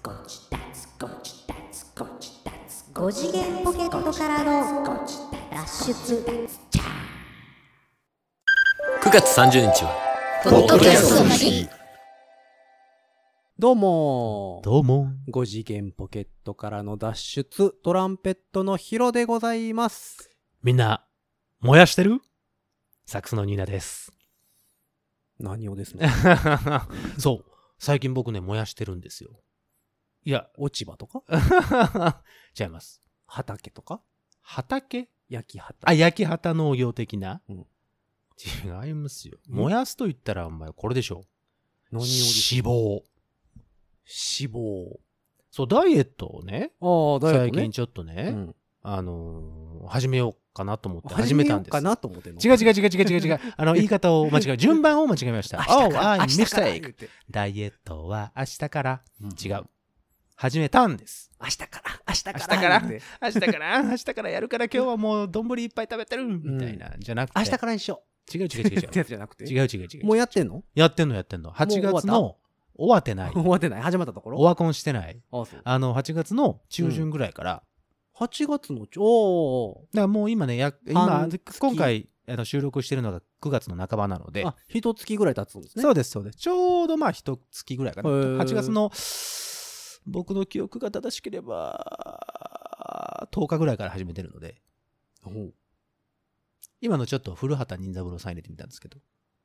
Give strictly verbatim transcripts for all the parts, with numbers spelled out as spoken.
ゴチダツゴチダツゴチダツご次元ポケットからの脱出。 くがつさんじゅうにちはポッドキャストの日。 どうもどうもご次元ポケットからの脱出、トランペットのヒロでございます。 みんな燃やしてる？サックスのニーナです。 何をですねそう最近僕ね燃やしてるんですよ。いや落ち葉とか違います。 畑とか畑？ 焼き畑。 あ、焼き畑農業的な、うん、違いますよ。燃やすと言ったらお前これでしょ。 何を？ 脂肪。 脂肪。 そうダイエットをね、 あダイエットね、 最近ちょっとね、うん、あのー、始めようかなと思って始めたんです。始めようかなと思ってんの？ 違う違う違う違う違う違うあの言い方を間違え順番を間違えました。 Oh, I mistake。ダイエットは明日から、うん、違う。始めたんです。 明日から明日から明日から明日から明日からやるから今日はもう丼いっぱい食べてるみたいな、うん、じゃなくて明日からにしよう。違う違う違う違うってやつじゃなくて違う違う違う。 もうやってんの？ やってんのやってんの。はちがつの終わってない。 終わってない。始まったところ？ オワコンしてない。 ああ、そう。 あのはちがつの中旬ぐらいから。 うん、はちがつのちょおだからもう今ねや今今回あの収録してるのがくがつの半ばなので。 あ、一月ぐらい経つんですね。 そうですそうです。ちょうどまあ一月ぐらいかな。はちがつの僕の記憶が正しければとおかぐらいから始めてるので。今のちょっと古畑任三郎さん入れてみたんですけど。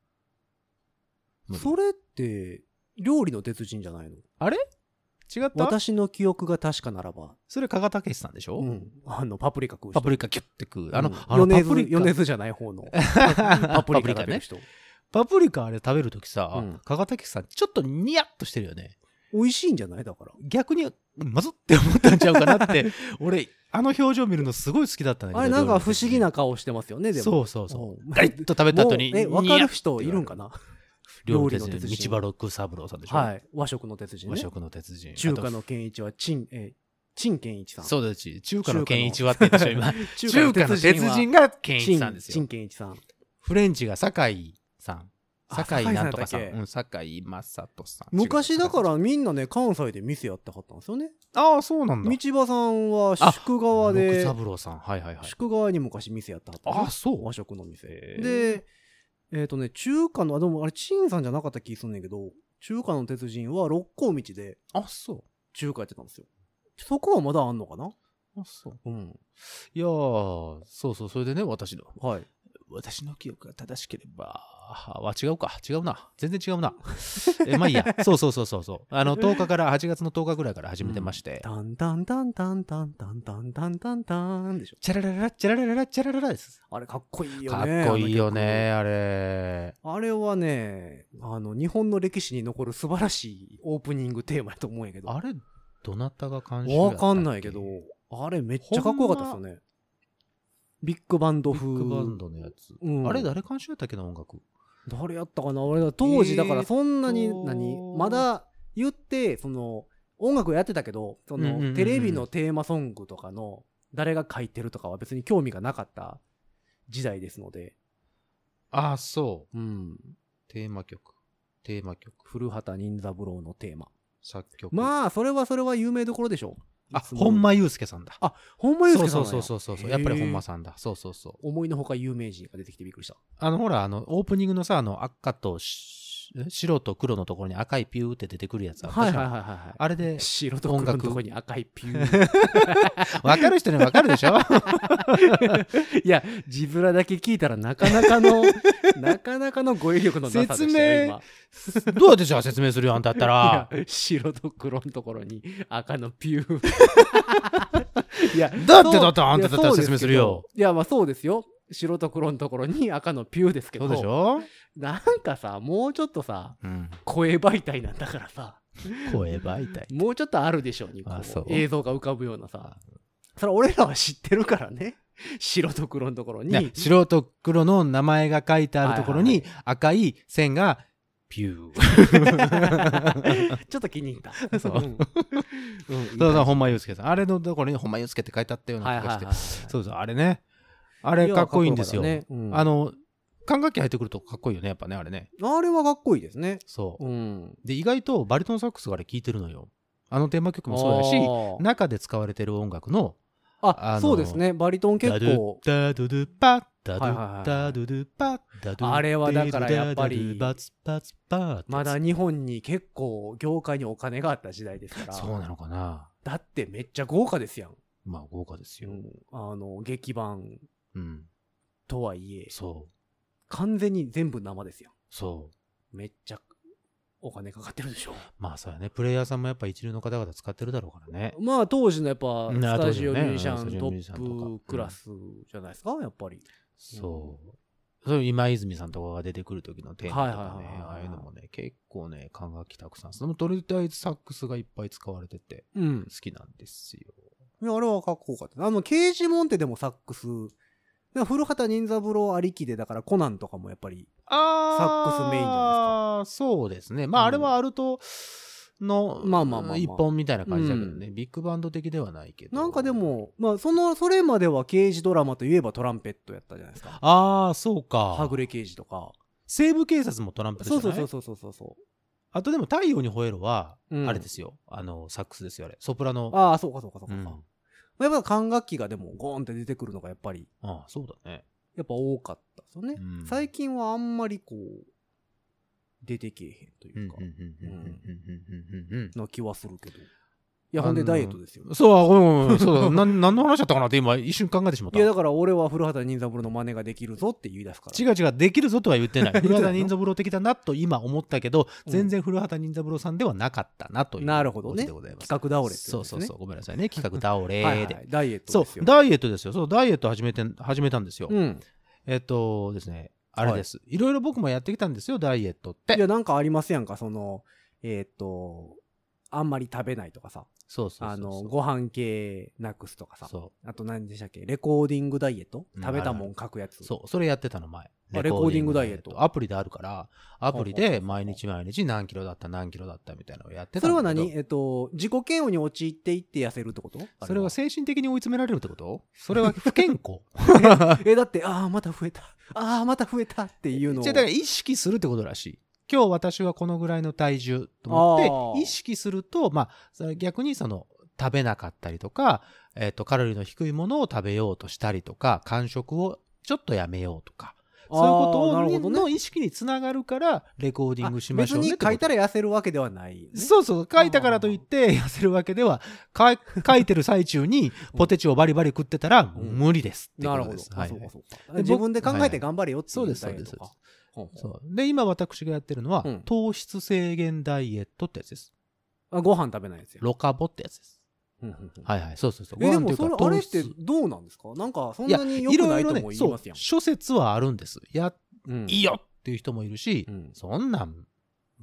それって料理の鉄人じゃないの？ あれ？違った？ 私の記憶が確かならば。 それ加賀武さんでしょ？ うん。あのパプリカ食う人。 パプリカキュッて食う。あの、うん、 あのパプリカ。米津じゃない方の。パプリカ食べる人。 パプリカあれ食べるときさ、うん、加賀武さんちょっとニヤッとしてるよね。 美味しいんじゃない？だから。 逆にまずって思ったんちゃうかなって。俺あの表情見るのすごい好きだったんだけど。 あれなんか不思議な顔してますよね。でもそうそうそう。ガリッと食べた後にえ分かる人いるんかな？ 料理の鉄人道場六三郎さんでしょ。 はい。和食の鉄人、ね、 和食の鉄人。 中華の健一は陳え陳健一さん。 そうですし、中華の健一はって言ったでしょ今。中華の鉄人が健一さんですよ。 陳健一さん。 フレンチが酒井さん。酒井なんとかさん。うん、酒井正人さん。 昔だからみんなね関西で店やってはったんですよね。 ああそうなんだ。 道場さんは宿川で。 六三郎さん。はいはいはい。 宿川に昔店やってはった。 ああそう。 和食の店。で。えっ、ー、とね、中華の、あ、でもあれ、陳さんじゃなかった気すんねんけど、中華の鉄人は六甲道で、 あ、そう。 中華やってたんですよ。そこはまだあんのかな？ あ、そう。 うん。 いやー、そうそう、それでね、私の。 はい。 私の記憶が正しければ、は違うか。違うな。全然違うな。え、まあいいや。そうそうそうそうそう。あの、とおかから、はちがつのとおかぐらいから始めてまして。 タンタンタンタンタンタンタンタンタンタンでしょ。 チャラララ、チャララララ、チャラララです。 あれかっこいいよね。 かっこいいよね、あれ。あれはね、あの、日本の歴史に残る素晴らしいオープニングテーマやと思うんやけど。 あれ、どなたが監修やったっけ？ わかんないけど、あれめっちゃかっこよかったですよね。ビッグバンド風。 ビッグバンドのやつ。うん、あれ誰監修やったっけな音楽。 誰やったかな俺は当時だからそんなに、えー、何まだ言ってその音楽やってたけどその、うんうんうんうん、テレビのテーマソングとかの誰が書いてるとかは別に興味がなかった時代ですので。 ああそう。 うん。 テーマ曲。テーマ曲。 古畑任三郎のテーマ。 作曲。 まあそれはそれは有名どころでしょう。 あ、本間祐介さんだ。 あ、本間祐介さんだ。 そうそうそうそう。やっぱり本間さんだ。そうそうそう。 思いのほか有名人が出てきてびっくりした。 あの、ほら、あの、オープニングのさ、あの、赤と白と黒のところに赤いピューって出てくるやつあったじゃん。 はいはいはいはい。 あれで、 白と黒のところに赤いピュー。 わかる人にはわかるでしょいや、字面だけ聞いたらなかなかの、なかなかの語彙力のなさでしたよ、 説明、今。どうやってじゃあ説明するよ、あんたやったら。 白と黒のところに赤のピュー。いや、 だってだってあんただったら説明するよ。 いや、まあそうですよ。白と黒のところに赤のピューですけど。 そうでしょ？ なんかさ、もうちょっとさ、うん、声媒体なんだからさ。 声媒体もうちょっとあるでしょうに、 あそう映像が浮かぶようなさ。それ俺らは知ってるからね。白と黒のところに。 白と黒の名前が書いてあるところに赤い線がピュー。 ちょっと気に入った。 そう。うん、そうそう、本間祐介さん。あれのところに本間祐介って書いてあったような気がして。そうそう、あれね。あれかっこいいんですよ。ねうん、あの、管楽器入ってくるとかっこいいよね、やっぱね、あれね。 あれはかっこいいですね。 そう。うん、で、意外とバリトンサックスがあれ効いてるのよ。 あのテーマ曲もそうやし、中で使われてる音楽の、 あ、あそうですね。バリトン結構。 ダドゥダドゥパッダドゥダドゥパッダドゥあれはだからやっぱりバツバツバツまだ日本に結構業界にお金があった時代ですから。 そうなのかな。 だってめっちゃ豪華ですやん。 まあ豪華ですよ。 うん、あの劇版とはいえ、 うん、そう完全に全部生ですやん。 そうめっちゃお金かかってるでしょ。 まあそうやね。プレイヤーさんもやっぱ一流の方々使ってるだろうからね。 まあ当時のやっぱスタジオミュージシャン、ね、トップクラスじゃないですか、やっぱり。 そう。うん、そう今泉さんとかが出てくる時のテーマとかね、ああいうのもね、結構ね、管楽器たくさん。そのとりあえずサックスがいっぱい使われてて、好きなんですよ。 いや、あれはかっこよかった。あの、刑事モンテでもサックス、古畑任三郎ありきで、だからコナンとかもやっぱり、サックスメインじゃないですか。 ああ、そうですね。まあ、うん、あれはアルトの、まあまあまあ、一本みたいな感じだけどね、うん。ビッグバンド的ではないけど。 なんかでも、まあ、その、それまでは刑事ドラマといえばトランペットやったじゃないですか。 ああ、そうか。 はぐれ刑事とか。 西部警察もトランペットじゃない？ そうそうそうそうそう。 あとでも、太陽に吠えろは、あれですよ。うん、あの、サックスですよ、あれ。ソプラノ。 ああ、そうかそうかそうか。うん、やっぱ管楽器がでもゴーンって出てくるのがやっぱり。 ああ、そうだね。 やっぱ多かったですよね。うん、最近はあんまりこう、出てけえへんというか、な気はするけど。いや、ほんでダイエットですよ。 そう、ごめんごめん、そうだ。な何の話だったかなって今一瞬考えてしまった。 いや、だから俺は古畑任三郎の真似ができるぞって言い出すから。 違う違う、できるぞとは言ってない。古畑任三郎的だなと今思ったけど、うん、全然古畑任三郎さんではなかったなという。 なるほどね。企画倒れって、ね。 そうそうそう、ごめんなさいね。企画倒れではい、はい。ダイエットですよ。 そう、ダイエットですよ。そう、ダイエット始めて、始めたんですよ。 うん。 えっとですね、あれです、はい。いろいろ僕もやってきたんですよ、ダイエットって。 いや、なんかありますやんか、その、えっと、あんまり食べないとかさ。 そうそうそうそう。 あの、ご飯系なくすとかさ。そう。あと何でしたっけ？レコーディングダイエット、うん、食べたもん書くやつ。 そう。それやってたの前。 レコーディングダイエット。 アプリであるから、アプリで毎日毎日何キロだった何キロだったみたいなのをやってたんだけど。 それは何？えっと、自己嫌悪に陥っていって痩せるってこと？ それは精神的に追い詰められるってこと？それは不健康。 え、だって、ああ、また増えた。ああ、また増えたっていうのを。 じゃあ、だから意識するってことらしい。今日私はこのぐらいの体重と思って意識すると、まあ、逆にその食べなかったりとか、えっと、カロリーの低いものを食べようとしたりとか、間食をちょっとやめようとか、そういうことを、ね、の意識につながるから、レコーディングしましょうね。 別に書いたら痩せるわけではない、ね。 そうそう、書いたからといって痩せるわけでは、書いてる最中にポテチをバリバリ食ってたら無理ですってことです。 なるほど。はい、そうかそうか。自分で考えて頑張れよっていうダイエットか。そうです、そうです。 そうで、今私がやってるのは、うん、糖質制限ダイエットってやつです。 あ、ご飯食べないやつよ。 ロカボってやつです。はいはい、そうそうそう。 え、でもそれ、あれってどうなんですか？なんか、そんなに良くないとも言いますやん。 ね、諸説はあるんです。や、うん、いいよっていう人もいるし、うん、そんなん、うん、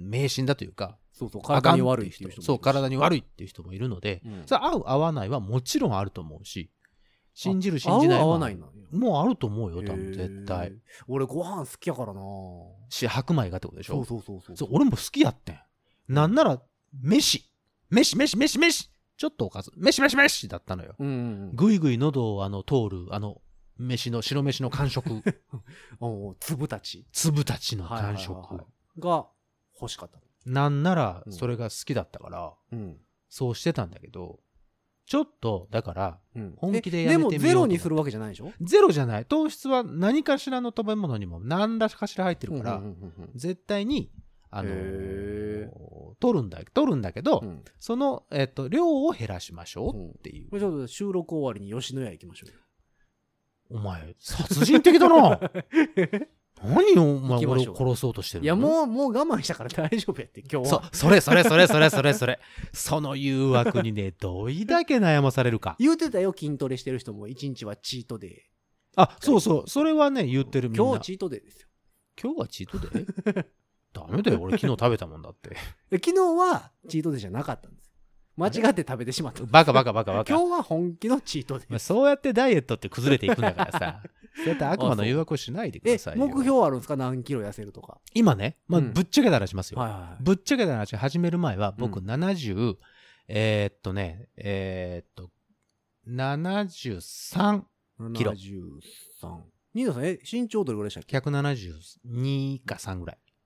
迷信だというか、 そうそう、体に悪いっていう人もいる。 そう、体に悪いっていう人もいるので、うん、それ合う合わないはもちろんあると思うし、信じる信じないは合う合わないのもうあると思うよ、多分絶対。 俺ご飯好きやからなし、白米がってことでしょ？ そうそうそうそう。 そう、俺も好きやってん。なんなら、飯。飯、飯、飯、飯。ちょっとおかず。飯、飯、飯だったのよ。うんうんうん、ぐいぐい喉をあの通る、あの、飯の、白飯の感触。 お粒たち。 粒たちの感触、はいはいはい、 が欲しかった。 なんなら、それが好きだったから、うん、そうしてたんだけど、ちょっと、だから、本気でやめてみようと、うん、でもゼロにするわけじゃないでしょ？ ゼロじゃない。糖質は何かしらの食べ物にも何らかしら入ってるから、うんうんうんうん、絶対に、あのー、取るんだ、取るんだけど、うん、その、えっと、量を減らしましょうっていう。 これちょっと収録終わりに吉野家行きましょうよ。 お前、殺人的だな。何をお前俺を殺そうとしてるの？ いや、もう、もう我慢したから大丈夫やって、今日は。 そ、それ、それ、それ、それ、それ、それ。その誘惑にね、どいだけ悩まされるか。 言うてたよ、筋トレしてる人も一日はチートデー。 あ、そうそう、それはね、言ってるみんな。 今日チートデーですよ。 今日はチートデー？ダメだよ、俺昨日食べたもんだって。 昨日はチートデーじゃなかったんです。間違って食べてしまった。 バカバカバカバカ。 今日は本気のチートデー。 そうやってダイエットって崩れていくんだからさ。そうやって悪魔の誘惑をしないでくださいよ。 え、目標あるんですか？何キロ痩せるとか。 今ね、まあ、ぶっちゃけた話しますよ。 はいはいはい、 ぶっちゃけた話始める前は、僕ななじゅう、うん、えー、っとね、えー、っと、ななじゅうさんキロ。 ななじゅうさん。ニーナさん、え、身長どれぐらいでしたっけ？ ひゃくななじゅうにかさんぐらい。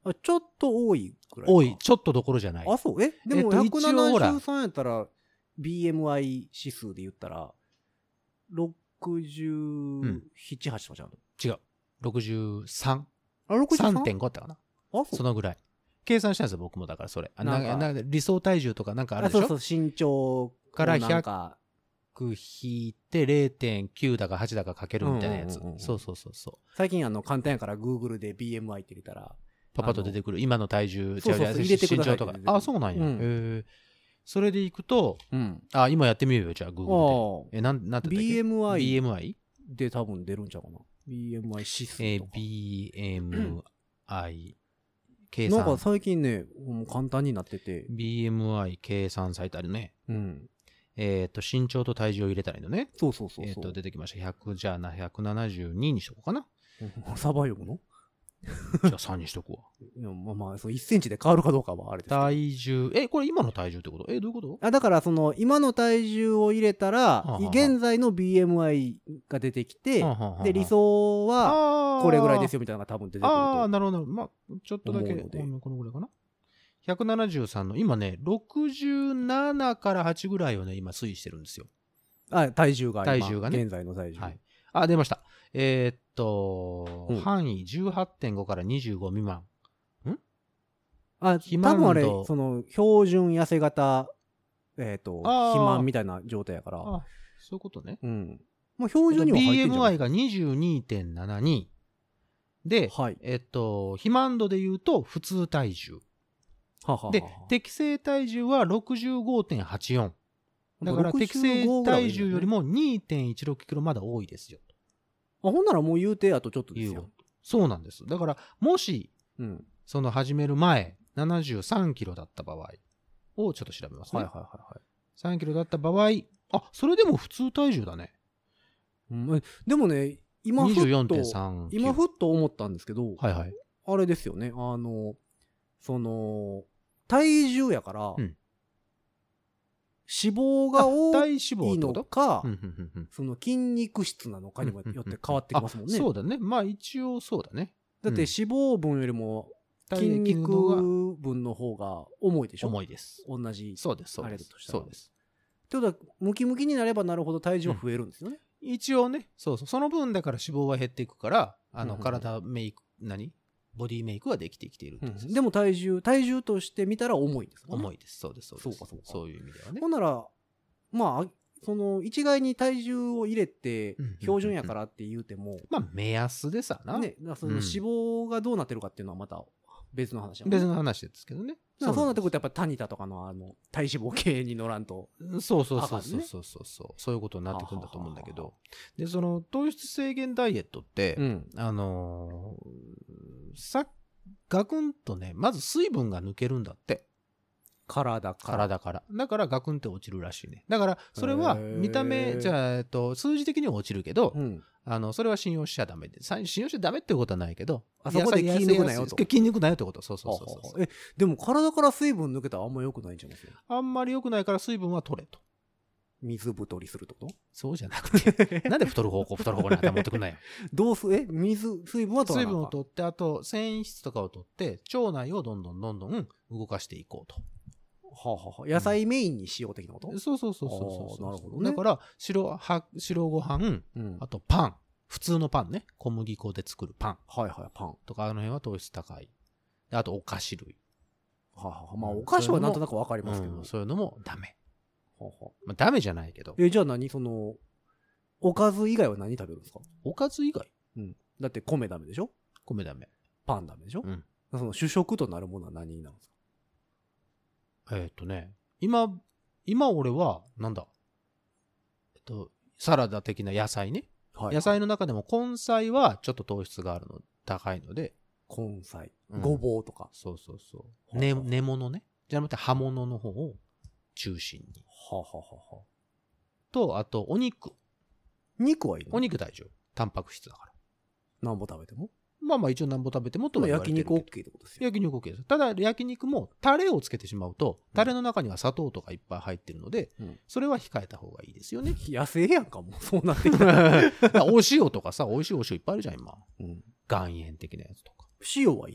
あ、ちょっと多いぐらいか。 多い。ちょっとどころじゃない。 あ、そう。えでもえっと一応ほらひゃくななじゅうさんやったら ビーエムアイ 指数で言ったらろくじゅうなな、はちとかじゃん。 違う。ろくじゅうさん。 あ、ろくじゅうさん? さんてんごあったかな。 あ、そう。 そのぐらい。計算したんですよ、僕もだからそれ。あなんかなんかなんか理想体重とかなんかあるでしょ。 あ、そうそう、身長からなんか引いて れいてんきゅう だかはちだかかけるみたいなやつうんうんうんうん。 そうそうそうそう。 最近あの簡単やから Google で ビーエムアイ って入れたらパパッと出てくる。今の体重、 そうそうそう違う違う入れてください身長とかって出て。くるあ、そうなんや。 うんへえ。それでいくと、 うんあ、今やってみようよ、じゃあ、 あ Google あで。え、なん、なんて言ったっけビーエムアイビーエムアイ? で多分出るんちゃうかな ビーエムアイ 指数えーとか、 ビーエムアイ 計なんか算。 最近ねもう簡単になっててビーエムアイ 計算サイトあるね。 うんえっと、身長と体重を入れたらいいのね。 そうそうそうそうえっと、出てきました。ひゃく、じゃあな、ひゃくななじゅうににしとこうかな。 うんサバ読むのじゃあさんにしとくわ。 いやまあまあそういっセンチで変わるかどうかはあれですけど体重、え、これ今の体重ってこと？え、どういうこと？ あだからその今の体重を入れたらはあはあ現在の ビーエムアイ が出てきてはあはあはあで理想はあーこれぐらいですよみたいなのが多分出てくるああ、 となるほど。まあ、ちょっとだけ、 思うのでうんこのぐらいかな。ひゃくななじゅうさんの、今ね、ろくじゅうななからはちぐらいをね、今推移してるんですよ。 あ体重が今体重がね現在の体重はい。あ、出ました。えーっと、 うん範囲 じゅうはってんご からにじゅうご未満。 あ肥満度多分あれその標準痩せ型えっとあー肥満みたいな状態やからあ、そういうことね。 うんまあ標準には入ってんじゃないビーエムアイ が にじゅうにてんななに で、 はいえっと、肥満度で言うと普通体重。 ははははで、適正体重は ろくじゅうごてんはちよん。だから適正体重よりも にてんいちろくキロまだ多いですよ。 あほんならもう言うてあとちょっとですよいうそうなんです。だから、もし、 うんその始める前、ななじゅうさんキロだった場合をちょっと調べますね。 はいはいはいはいさんキロだった場合、あ、それでも普通体重だね。 うんえでもね今ふっとにじゅうよんてんさん今ふっと思ったんですけどはいはい。 あれですよねあのその体重やから、 うん脂肪があ多体脂いの肪ってことか、 うんうんうんうんその筋肉質なのかにもよって変わってきますもんね。 あそうだね。まあ一応そうだね。 だって脂肪分よりも筋肉分の方が重いでしょ。 重いです。 同じ。 そうです、そうですあれだと。したらそうです。 ってことは、ムキムキになればなるほど体重は増えるんですよね。 一応ね、そうそう。その分だから脂肪は減っていくから、あの、 うんうんうん体メイク、何ボディメイクはできてきているってことです。 でも体重、体重として見たら重いんですもんね。 重いです。そうです、そうです。 そうかそうかそういう意味ではねほ。んなら、まあ、その一概に体重を入れてうんうんうんうん標準やからって言うても、 まあ、目安でさな。 ね、だからそのうん脂肪がどうなってるかっていうのはまた別の話やもんね別の話ですけどね。 だからそうなってくるととやっぱタニタとかのあの体脂肪系に乗らんと。 そうそうそうあかんねそうそうそうそう。そういうことになってくるんだと思うんだけはど。で、その糖質制限ダイエットって、 うん。 あのーさ、ガクンとね、まず水分が抜けるんだって。 体から。 体から。だからガクンって落ちるらしいね。だから、それはへー見た目、じゃあ、えっと、数字的には落ちるけど、 うん。 あの、それは信用しちゃダメで。さ信用しちゃダメってことはないけど、 あそこで野菜筋抜くなよと野菜筋抜くなよってこと。そうそうそうそうそう。 え、でも体から水分抜けたらあんま良くないんじゃないですか。 あんまり良くないから水分は取れと。 水太りするってことそうじゃなくて。なんで太る方向、太る方向に頭持ってくんなよ。 どうす、え、水、水分は取らなあかん水分を取って、あと、繊維質とかを取って、腸内をどんどんどんどん動かしていこうと。 はあ、はあはあ、野菜メインにしよう的なこと、 そうそうそうそうそう。 あーなるほどねだから、白、は、白ご飯、 うん。 あとパン。普通のパンね。小麦粉で作るパンはいはい、パン。 とか、あの辺は糖質高い。であと、お菓子類。 はあ、はあ、まあ、 うんお菓子はなんとなくわかりますけど。 うんそういうのもダメ。 はあはあ、 まあ、ダメじゃないけど。 え、じゃあ何その、おかず以外は何食べるんですか？ おかず以外うん。だって米ダメでしょ？ 米ダメ。 パンダメでしょ？ うん。 その主食となるものは何なんですか？ えーっとね、今、今俺は、なんだ。えっと、サラダ的な野菜ね。 はい。 野菜の中でも根菜はちょっと糖質があるの、高いので。 根菜、 うんごぼうとか。 そうそうそう。 はね、 あはあ根物ね。じゃなくて葉物の方を中心に。 はあ、はあはあはあ、 と、あと、お肉。 肉はいいの？ お肉大丈夫。タンパク質だから。 なんぼ食べても？ まあまあ一応なんぼ食べてもとは言われ焼てるけど肉 OK ってことですよ。 焼肉 OK です。ただ焼肉もタレをつけてしまうと、タレの中には砂糖とかいっぱい入ってるので、 うんそれは控えた方がいいですよね。 野生やんか、もう。そうなってきたら。 だからお塩とかさ、美味しいお塩いっぱいあるじゃん、今。 うん。 岩塩的なやつとか。 塩はいいの？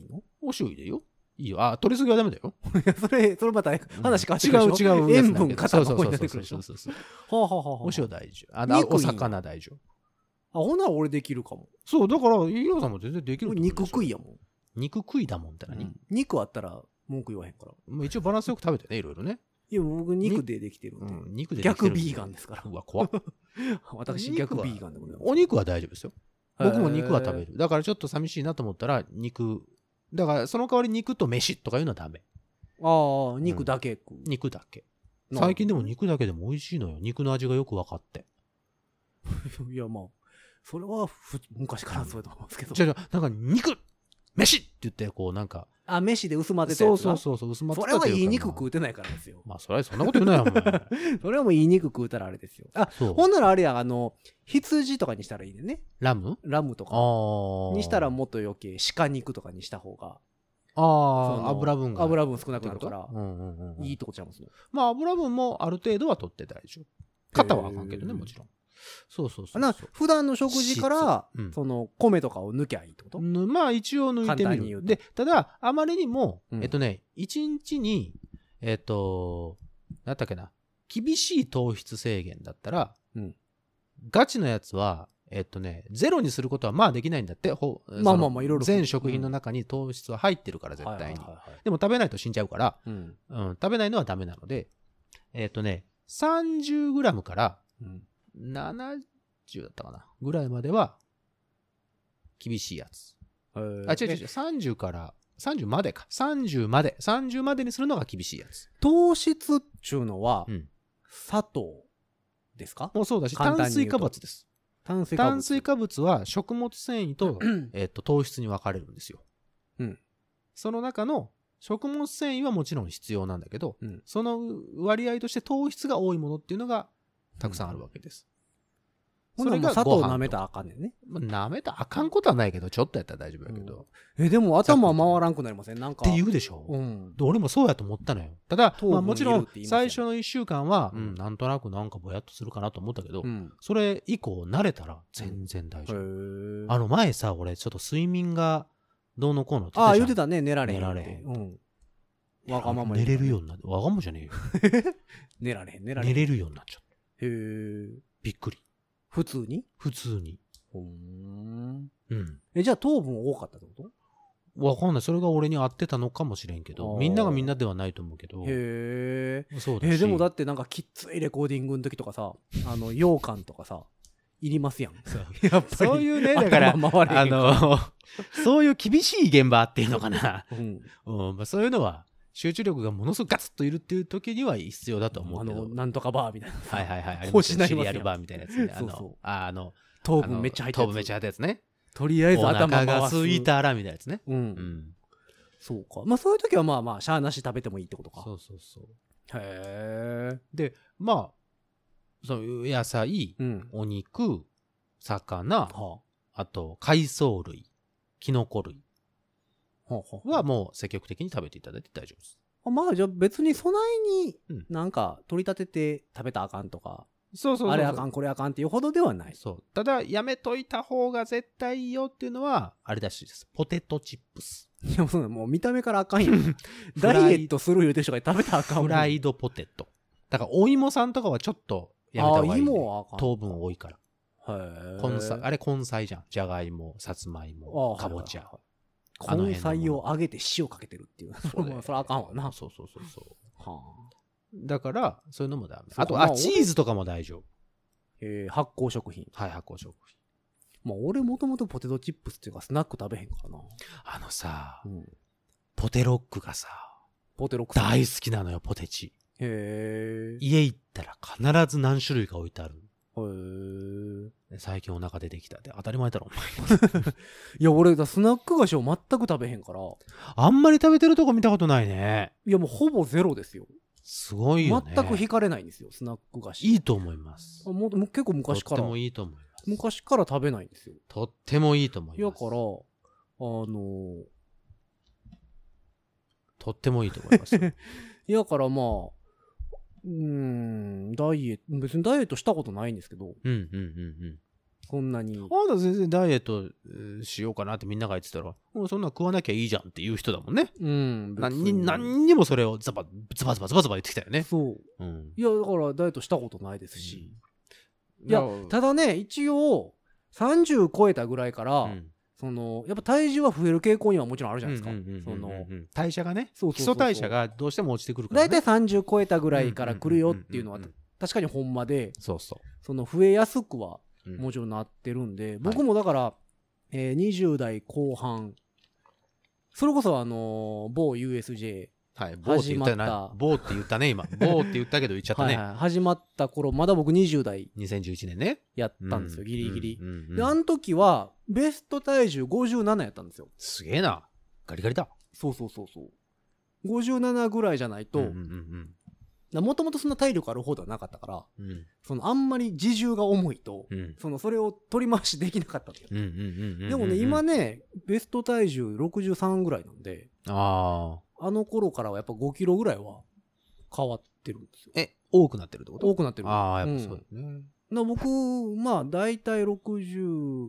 お塩入れよ。いいよ。あ、取りすぎはダメだよ。 いや、それ、それまた話変わってくるでしょ。 違う違う。 塩分過多の方になってくるでしょ。 そうそうそうそう。 はあ、はあはあはあ、 お塩大丈夫。あ肉いいなお魚大丈夫。 あ、ほんなら俺できるかも。 そう、だから、飯尾さんも全然できると思う。 肉食いやもん。 肉食いだもんって何、 うん肉あったら文句言わへんから。 まあ一応バランスよく食べてね、いろいろね。 いや、僕肉でできてるんで。 うん、肉でできてる逆ビーガンですから。 うわ、怖っ。 私、逆ビーガンでございます。 お肉は大丈夫ですよ。僕も肉は食べる。 る。だからちょっと寂しいなと思ったら、肉。だからその代わり肉と飯とかいうのはダメ。 ああ、肉だけ食う。 肉だけ。最近でも肉だけでも美味しいのよ。肉の味がよく分かって。 いや、まあ、それはふ昔からそうだと思いますけど。 じゃあ、なんか肉飯って言って、こうなんか。 あ、飯で薄まってたやつそうそうそう、薄まってた。 それはいい肉食うてないからですよ。 まあ、それはそんなこと言うなよ、お前。 それはもういい肉食うたらあれですよ。あ、ほんならあれや、あの、羊とかにしたらいいね。 ラムラムとか。にしたらもっと余計、鹿肉とかにした方が。 ああ、油分が。 油分少なくなるから、 うんうんうん、 いいとこちゃいますね。 まあ、油分もある程度は取って大丈夫。肩はあかんけどね、もちろん。そうそうそう。 な、普段の食事から、うん、その、米とかを抜きゃいいってこと？ まあ、一応抜いてみる。で、ただ、あまりにも、うん、えっとね、一日に、えっと、なんだっけな、厳しい糖質制限だったら、うん、ガチのやつは、えっとね、ゼロにすることはまあできないんだって。ほまあまあまあいろいろ。 全食品の中に糖質は入ってるから絶対に。でも食べないと死んじゃうから、うんうん、食べないのはダメなので、えっとね、さんじゅうグラムからななじゅうだったかなぐらいまでは厳しいやつ。あ、違う違う違う、さんじゅうからさんじゅうまでか。さんじゅうまで。さんじゅうまでにするのが厳しいやつ。 糖質っちゅうのは、うん、砂糖ですか？ もうそうだし、炭水化物です。 炭水化物。 炭水化物は食物繊維と、えっと、糖質に分かれるんですよ。うん。その中の食物繊維はもちろん必要なんだけど、うん、その割合として糖質が多いものっていうのがたくさんあるわけです。 うん、それが砂糖舐めたらあかんねんね。 まあ、舐めたらあかんことはないけど、ちょっとやったら大丈夫やけど。 うん、え、でも頭回らんくなりません？なんか。 って言うでしょ？うん。俺もそうやと思ったのよ。ただ、まあ、もちろん最初のいっしゅうかんは、うん、なんとなくなんかぼやっとするかなと思ったけど、うん、それ以降慣れたら全然大丈夫。うん、あの前さ、俺ちょっと睡眠がどうのこうのって言ってたじゃん。 ああ、言ってたね、寝られへん。 寝られへん。うん。 わがまま寝れるようになって、わがままじゃねえよ。寝られへん、寝られへん。 寝れるようになっちゃった。 へえ。 びっくり。 普通に？ 普通に。 ほーん。 うん。 え、じゃあ糖分多かったってこと？ わかんない。それが俺に合ってたのかもしれんけど、みんながみんなではないと思うけど。 へえ。 そうだし。 え、でもだってなんかきっついレコーディングの時とかさ、あの、羊羹とかさ、いりますやん。 やっぱり。そういうね、だから、あの、そういう厳しい現場っていうのかな。うん。うん、まあ、そういうのは、集中力がものすごくガツッといるっていう時には必要だと思うけど。 あの、なんとかバーみたいな。 はいはいはい。 欲しないシリアルバーみたいなやつね。あの、 そうそう。 あの、 糖分めっちゃ入ったやつ。 糖分めっちゃ入ったやつね。 とりあえず頭回す。 お腹が空いたらみたいなやつね。 うん。うん。そうか。まあそういう時はまあまあ、しゃーなし食べてもいいってことか。 そうそうそう。 へー。 で、まあ、その野菜、うん、お肉、魚、はあ、あと海藻類、キノコ類はもう積極的に食べていただいて大丈夫です。 まあじゃあ別に備えになんか取り立てて食べたらあかんとか、 うん、そうそうそうそう、 あれあかんこれあかんっていうほどではない。 そう。ただやめといた方が絶対いいよっていうのはあれらしいです。ポテトチップス。 いやもう見た目からあかんやん。ダイエットする言うてる人が食べたらあかん。 フライドポテト。だからお芋さんとかはちょっとやめた方がいい、ね。あ、芋はあかん。糖分多いから。へ根菜、あれ根菜じゃん。じゃがいも、さつまいも、かぼちゃ。 根菜を揚げて塩かけてるっていう。それそれあかんわな。 そうそうそうそう。はあ、だから、そういうのもダメ。あと、あ、チーズとかも大丈夫。 えー、発酵食品。 はい、発酵食品。 まあ、俺もともとポテトチップスっていうかスナック食べへんからな。 あのさ、うん、ポテロックがさ、 ポテロック大好きなのよ、ポテチ。 へー。 家行ったら必ず何種類か置いてある。 へー。 最近お腹出てきたって当たり前だろお前。いや俺スナック菓子を全く食べへんからあんまり食べてるとこ見たことないね。 いやもうほぼゼロですよ。 すごいよね。 全く惹かれないんですよスナック菓子。 いいと思います。 もう結構昔からとってもいいと思います。 昔から食べないんですよ。 とってもいいと思います。 だからあのー、 とってもいいと思います。 だからまあうーんダイエット別にダイエットしたことないんですけど、 うんうんうんうん。 こんなに。 あなた全然ダイエットしようかなってみんなが言ってたら、もうそんな食わなきゃいいじゃんっていう人だもんね。 うん。 何に、何にもそれをズバズバズバズバズバ言ってきたよね。 そう。 うん。 いや、だからダイエットしたことないですし。うん、いや、ただね、一応、さんじゅう超えたぐらいから、うん、その、やっぱ体重は増える傾向にはもちろんあるじゃないですか。その、 代謝がね、 そうそうそうそう、 基礎代謝がどうしても落ちてくるから、ね。 だいたいさんじゅう超えたぐらいから来るよっていうのは、確かにほんまで、 そうそう。 その増えやすくは、もちろんなってるんで、うん、僕もだから、はい、えー、にじゅう代後半、それこそあのー、某 ユーエスジェー、 はい、某って言ったな。某って言ったね、今。某って言ったけど言っちゃったね。 はいはい、始まった頃、まだ僕にじゅう代。 にせんじゅういちねんね。 やったんですよ、うん、ギリギリ、 うんうんうん。 で、あの時は、ベスト体重ごじゅうななやったんですよ。 すげえな。ガリガリだ。 そうそうそうそう。ごじゅうななぐらいじゃないと、もともとそんな体力ある方ではなかったから、うん、そのあんまり自重が重いと、うん、そのそれを取り回しできなかったんだよ。でもね、今ね、ベスト体重ろくじゅうさんぐらいなんで、 ああの頃からはやっぱごキロぐらいは変わってるんですよ。 え、多くなってるってこと？ 多くなってる。 ああ、やっぱそうだね。 うん、僕、まあ、だいたいろくじゅう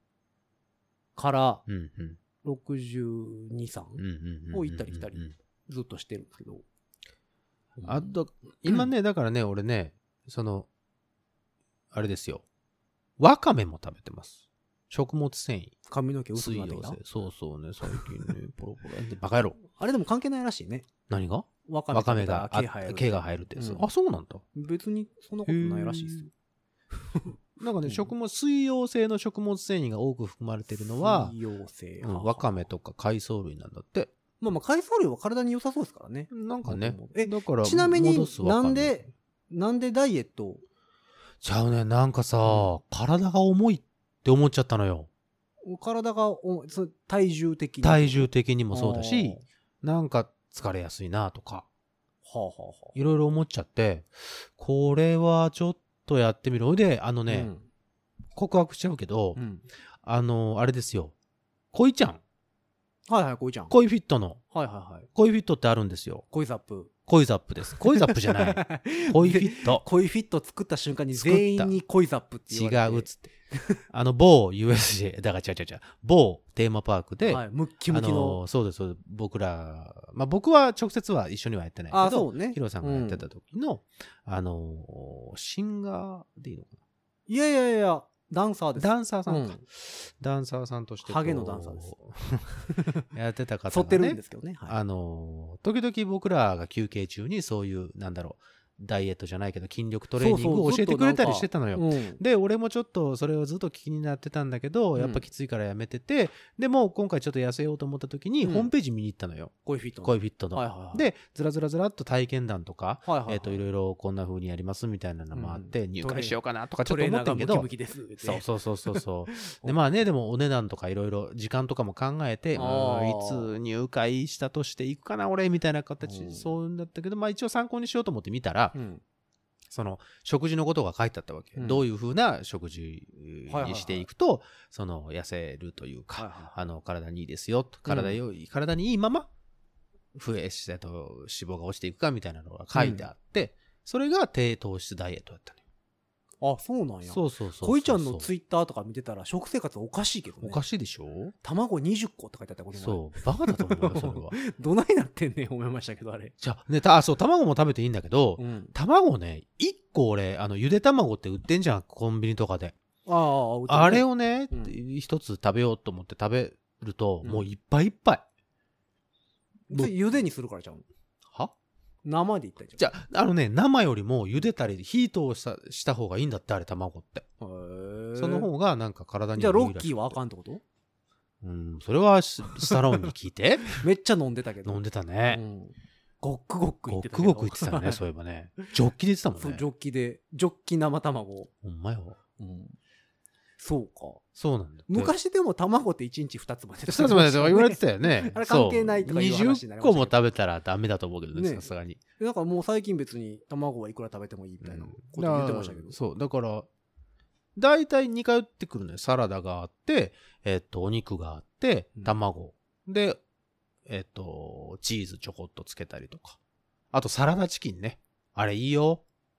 からろくじゅうに、さんを行ったり来たりずっとしてるんですけど。 あと、今ね、だからね、俺ね、その、あれですよ。わかめも食べてます。食物繊維。 髪の毛薄くなってきた。 そうそうね、最近ね、ポロポロってバカ野郎。 あれでも関係ないらしいね。 何が？ わかめが毛生える。毛が生えるってやつ。あ、そうなんだ。 別にそんなことないらしいですよ。 なんかね、食物、水溶性の食物繊維が多く含まれているのは、 水溶性。 わかめとか海藻類なんだって。 まあまあ海藻類は体に良さそうですからね。 なんかね。 え、だからちなみになんで、なんでダイエットちゃうね、なんかさ、うん、体が重いって思っちゃったのよ。 体が体重的に体重的にもそうだし、なんか疲れやすいなとか、 はあはあはあ、 いろいろ思っちゃって、これはちょっとやってみろ。で、あのね、うん、告白しちゃうけど、うん、あの、あれですよ。恋ちゃん。 はいはい、恋ちゃん。 恋フィットの。 はいはいはい。 恋フィットってあるんですよ。 恋ザップ。 恋ザップです。恋ザップじゃない。恋フィット。 恋フィット作った瞬間に全員に恋ザップって言われて。 違うっつって。あの、某 ユーエスジェー、だから違う違う違う。某テーマパークで、 はい、ムッキムキの。あの、 そうです、そうです。僕ら、まあ僕は直接は一緒にはやってないけど、 あ、そうね。 ヒロさんがやってた時の、うん、あの、シンガーでいいのかな？ いやいやいや、ダンサーです。 ダンサーさんか。うん、ダンサーさんとして。 ハゲのダンサーです。 やってた方がね。 反ってるんですけどね。 はい、あの、時々僕らが休憩中にそういう、なんだろう、ダイエットじゃないけど筋力トレーニングを教えてくれたりしてたのよ。そうそう、うん、で、俺もちょっとそれをずっと気になってたんだけど、やっぱきついからやめてて、うん、でも今回ちょっと痩せようと思った時に、ホームページ見に行ったのよ。 恋フィットの。 恋フィットの。 はいはいはい、 で、ずらずらずらっと体験談とか、 はいはいはい、 えっと、いろいろこんな風にやりますみたいなのもあって、うん、入会しようかなとかちょっと思ったけど、そうそうそうそうそう。で、まあね、でもお値段とかいろいろ時間とかも考えて、うん、いつ入会したとしていくかな、俺、みたいな形、うん、そうだったけど、まあ一応参考にしようと思って見たら、うん、その食事のことが書いてあったわけ、うん、どういうふうな食事にしていくと、はいはいはい、その痩せるというか、はいはいはい、あの体にいいですよ、体よ、うん、体にいいまま増えしてと脂肪が落ちていくかみたいなのが書いてあって、うん、それが低糖質ダイエットだったのよ。 あ、そうなんや。 そうそうそうそう。 恋ちゃんのツイッターとか見てたら食生活おかしいけどね。 おかしいでしょ？ 卵にじゅっこって書いてあったこれ。 そう。バカだと思うよ、それは。 どないなってんねん、思いましたけど、あれ。 じゃあ、ね、た、あ、そう、卵も食べていいんだけど、うん、卵ね、いっこ俺、あの、ゆで卵って売ってんじゃん、コンビニとかで。 ああ、売ってるね。 あれをね、一、うん、つ食べようと思って食べると、うん、もういっぱいいっぱい。 茹でにするからちゃうの？ は？ 生でいったじゃん。 じゃあ、あのね、生よりも茹でたり、ヒートをした、した方がいいんだって、あれ、卵って。へー。その方がなんか体にいいらしくて。 じゃあ、ロッキーはあかんってこと？ うん、それはスタローンに聞いて。 めっちゃ飲んでたけど。 飲んでたね。うん、 ごっくごっく言ってたけど。 ごっくごっく言ってたよね、そういえばね。ジョッキで言ってたもんね。 そう、ジョッキで、ジョッキ生卵。 ほんまよ。 うん。そうか。 そうなんだ。 昔でも卵っていちにちふたつまで。 ふたつまでとか言われてたよね。 あれ関係ないとかいう話になりましたけど。 にじゅっこも食べたらダメだと思うけどね、さすがに。 だからもう最近別に卵はいくら食べてもいいみたいなこと言ってましたけど。 うん、そう。だから、だいたいにかいってくるのよ。サラダがあって、えっと、お肉があって、卵。うん、で、えっと、チーズちょこっとつけたりとか。あとサラダチキンね。あれいいよ。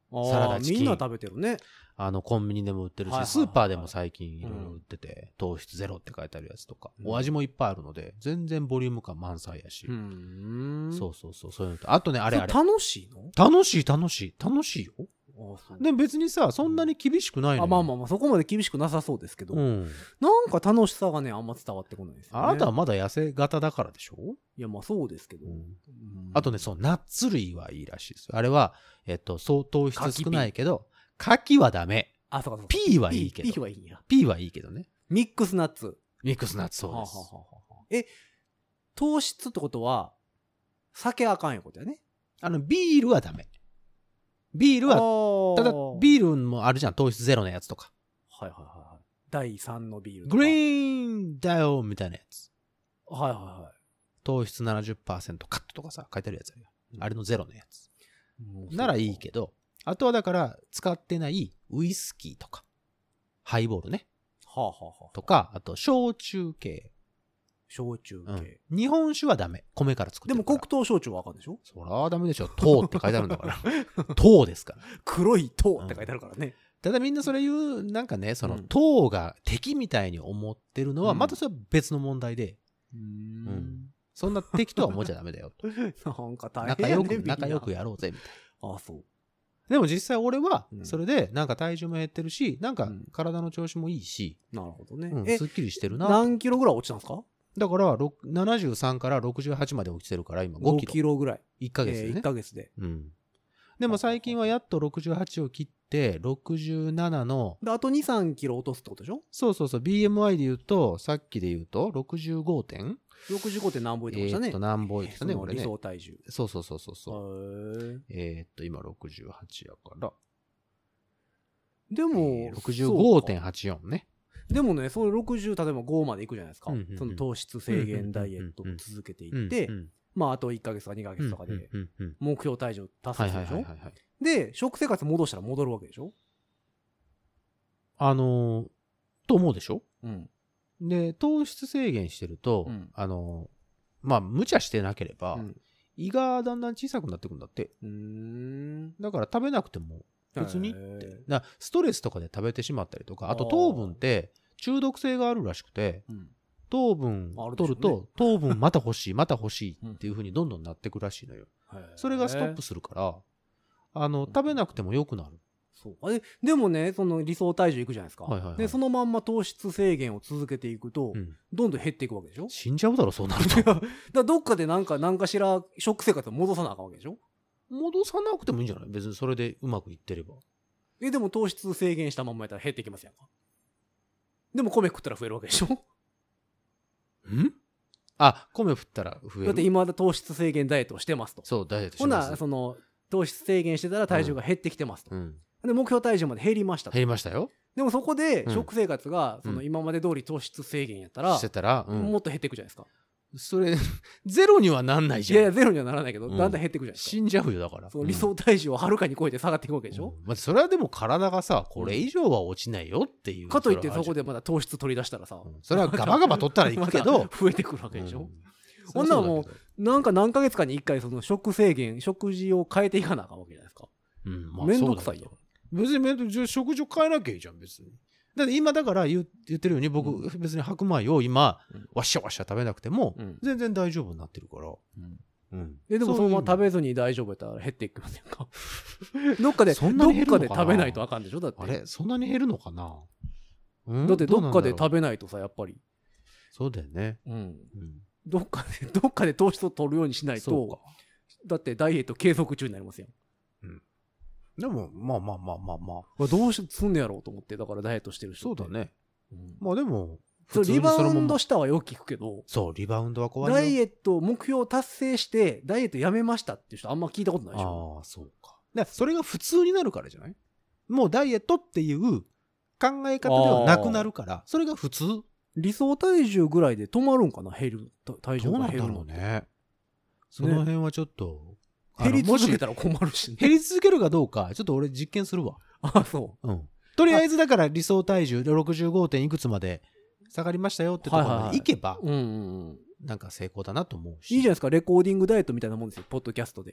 サラダチキン。 みんな食べてるね。 あの、コンビニでも売ってるし、 はいはいはいスーパーでも最近いろいろ売ってて、糖質ゼロって書いてあるやつとか、 うんお味もいっぱいあるので、全然ボリューム感満載やし。 うーん。 そうそうそう、そういうのと。あとね、あれあれ。 そ楽しいの？ 楽しい楽しい。楽しいよ。 あそうでも別にさ、そんなに厳しくないのよ。 あまあまあまあ、そこまで厳しくなさそうですけど、 うん。 なんか楽しさがね、あんま伝わってこないですよね。 あなたはまだ痩せ型だからでしょ？ いや、まあそうですけど。 うんうんあとね、そう、ナッツ類はいいらしいですよ。あれは、えっと、そう、糖質少ないけど、牡蠣はダメ。 あ、そうかそうか。 ピーはいいけど。 ピーはいいんや。 ピーはいいけどね。 ミックスナッツ。 ミックスナッツそうです。 はあはあはあはあえ、糖質ってことは、酒あかんいうことやね。 あの、ビールはダメ。ビールは、ただ、 ービールもあるじゃん。糖質ゼロのやつとか。 はいはいはいはい。だいさんのビールとか。 グリーンだよ、みたいなやつ。 はいはいはい。 糖質 ななじゅっパーセント カットとかさ、書いてあるやつあるよ。あれのゼロのやつ。 うんならいいけど、あとはだから、使ってないウイスキーとか、ハイボールね。 はあはあはあ。 とか、あと、焼酎系。 焼酎うん系。 日本酒はダメ。米から作ってでもるから。 黒糖焼酎はあかんでしょ？ そらダメでしょ。糖って書いてあるんだから。糖ですから。 黒い糖って書いてあるからね。 ただみんなそれ言う、なんかね、そのうん糖が敵みたいに思ってるのは、 うんまたそれは別の問題で、 うーうんん。 そんな敵とは思っちゃダメだよ。 なんか大仲良く、 変やねみんな仲良くやろうぜ、みたいああ、そう。 な。でも実際俺はう、んそれで、なんか体重も減ってるし、なんかうん体の調子もいいし、 なるほどね。 うん、 えすっきりしてるな。 何キロぐらい落ちたんですか？ だから、ろくななじゅうさんからろくじゅうはちまで落ちてるから、今ごごキロ。 キロぐらい。 いっかげつえー、 でねいっ。かげつで。 うん。でも最近はやっとろくじゅうはちを切って、ろくじゅうななの、 で、あとに、さんキロ落とすってことでしょ？ そうそうそう、ビーエムアイ で言うと、さっきで言うと、ろくじゅうごてんろくじゅうごてん何ぼ言ってましたね。 えーっと、何本言ってたね、俺ね。 その理想体重。 そうそうそうそうそう。 へーえーっと、今ろくじゅうはちやから、 でも、 えー、ろくじゅうごてんはちよんね。 でもね、そのろくじゅう、例えばごまでいくじゃないですか。 うんうんうんその糖質制限ダイエットを続けていってうん、うんまあ、あといっかげつとかにかげつとかで、 うんうんうん目標体重達はい成するでしょはいはいはいはい。 で、食生活戻したら戻るわけでしょ？ あのー、と思うでしょ？ うん。 で、糖質制限してると、 うんあのー、まあ、無茶してなければ、 うん胃がだんだん小さくなってくんだって。 うーん。 だから食べなくても別にっへーて。だからストレスとかで食べてしまったりとか、あとあー糖分って中毒性があるらしくて、 うん糖分あるでしょうね取ると、糖分また欲しい、また欲しいっていう風にどんどんなってくらしいのよ。それがストップするから、あの、食べなくても良くなる。 そうあれでもね、その理想体重いくじゃないですか、 はいはいはいでそのまんま糖質制限を続けていくと、 うん。 どんどん減っていくわけでしょ？ 死んじゃうだろ、そうなるだかと。 らどっかでなんか何かしら食生活を戻さなあかんわけでしょ？ 戻さなくてもいいんじゃない？別にそれでうまくいってれば。 えでも糖質制限したまんまやったら減っていきますやんか。でも米食ったら増えるわけでしょ？ んあ、米振ったら増える。 だって今糖質制限ダイエットをしてますと。 そう、ダイエットしほます。 なその糖質制限してたら体重が減ってきてますと、 うん。 で目標体重まで減りましたと。 減りましたよ。 でもそこでうん食生活がそのうん今まで通り糖質制限やったら、 してたら、うんもっと減っていくじゃないですか。 それ、ゼロにはなんないじゃん。 いやいやゼロにはならないけど、 うんだんだん減っていくじゃないですか。 死んじゃうよ、だから。 その理想体重をはるかに超えて下がっていくわけでしょ、 うんまあ、それはでも体がさ、これ以上は落ちないよっていう。 かといってそこで。 でまだ糖質取り出したらさ、 うんそれはガバガバ取ったらいくけまどた。増えてくるわけでしょ、 うんほんならもうそりゃそうだけなんか何ヶ月かに一回その食制限食事を変えていかなあかんわけじゃないですか。 どうんまあめんどくさいよそうだけど別にめんどくさい。食事を変えなきゃいいじゃん、別に。だって今だから言う言ってるように僕、 う別に白米を今、 うんわっしゃわっしゃ食べなくても、 うん全然大丈夫になってるから。うん。 えでもそのまま食べべずに大丈夫やったら減っていきませんかどっかでそんなどっに減るのかなかで食べないとあかんでしょだってあれそんなに減るのかな、うんだってどっかでうなんだろう食べないとさやっぱり、 そうだよね。 うん、 うん。 どっかでどっかで糖質を取るようにしないそうかと。だってダイエット継続中になりますやん。 でも、まあまあまあまあまあ。 これどうしすんねやろうと思ってだからダイエットしてる人ってそうだね。 うんまあでも、 そうリバウンドししたはよく聞くけどそう、リバウンドは怖いよ。 ダイエット目標達成してダイエットやめましたっていう人あんま聞いたことないでしょ。 ああ、そうか。だからそれが普通になるからじゃないもうダイエットっていう考え方ではなくなるから、それが普通。 理想体重ぐらいで止まるんかな減る体重どうなんだが減るのろうね。その辺はちょっと、あの減り続けもたら困るしね。 減り続けるかどうか、ちょっと俺実験するわ。 あそうん。とりあえずだから理想体重ろくじゅうごてんいくつまで下がりましたよってところまでいけば、 う。うんうんうん。 なんか成功だなと思うし。 いいじゃないですか、レコーディングダイエットみたいなもんですよ、ポッドキャストで。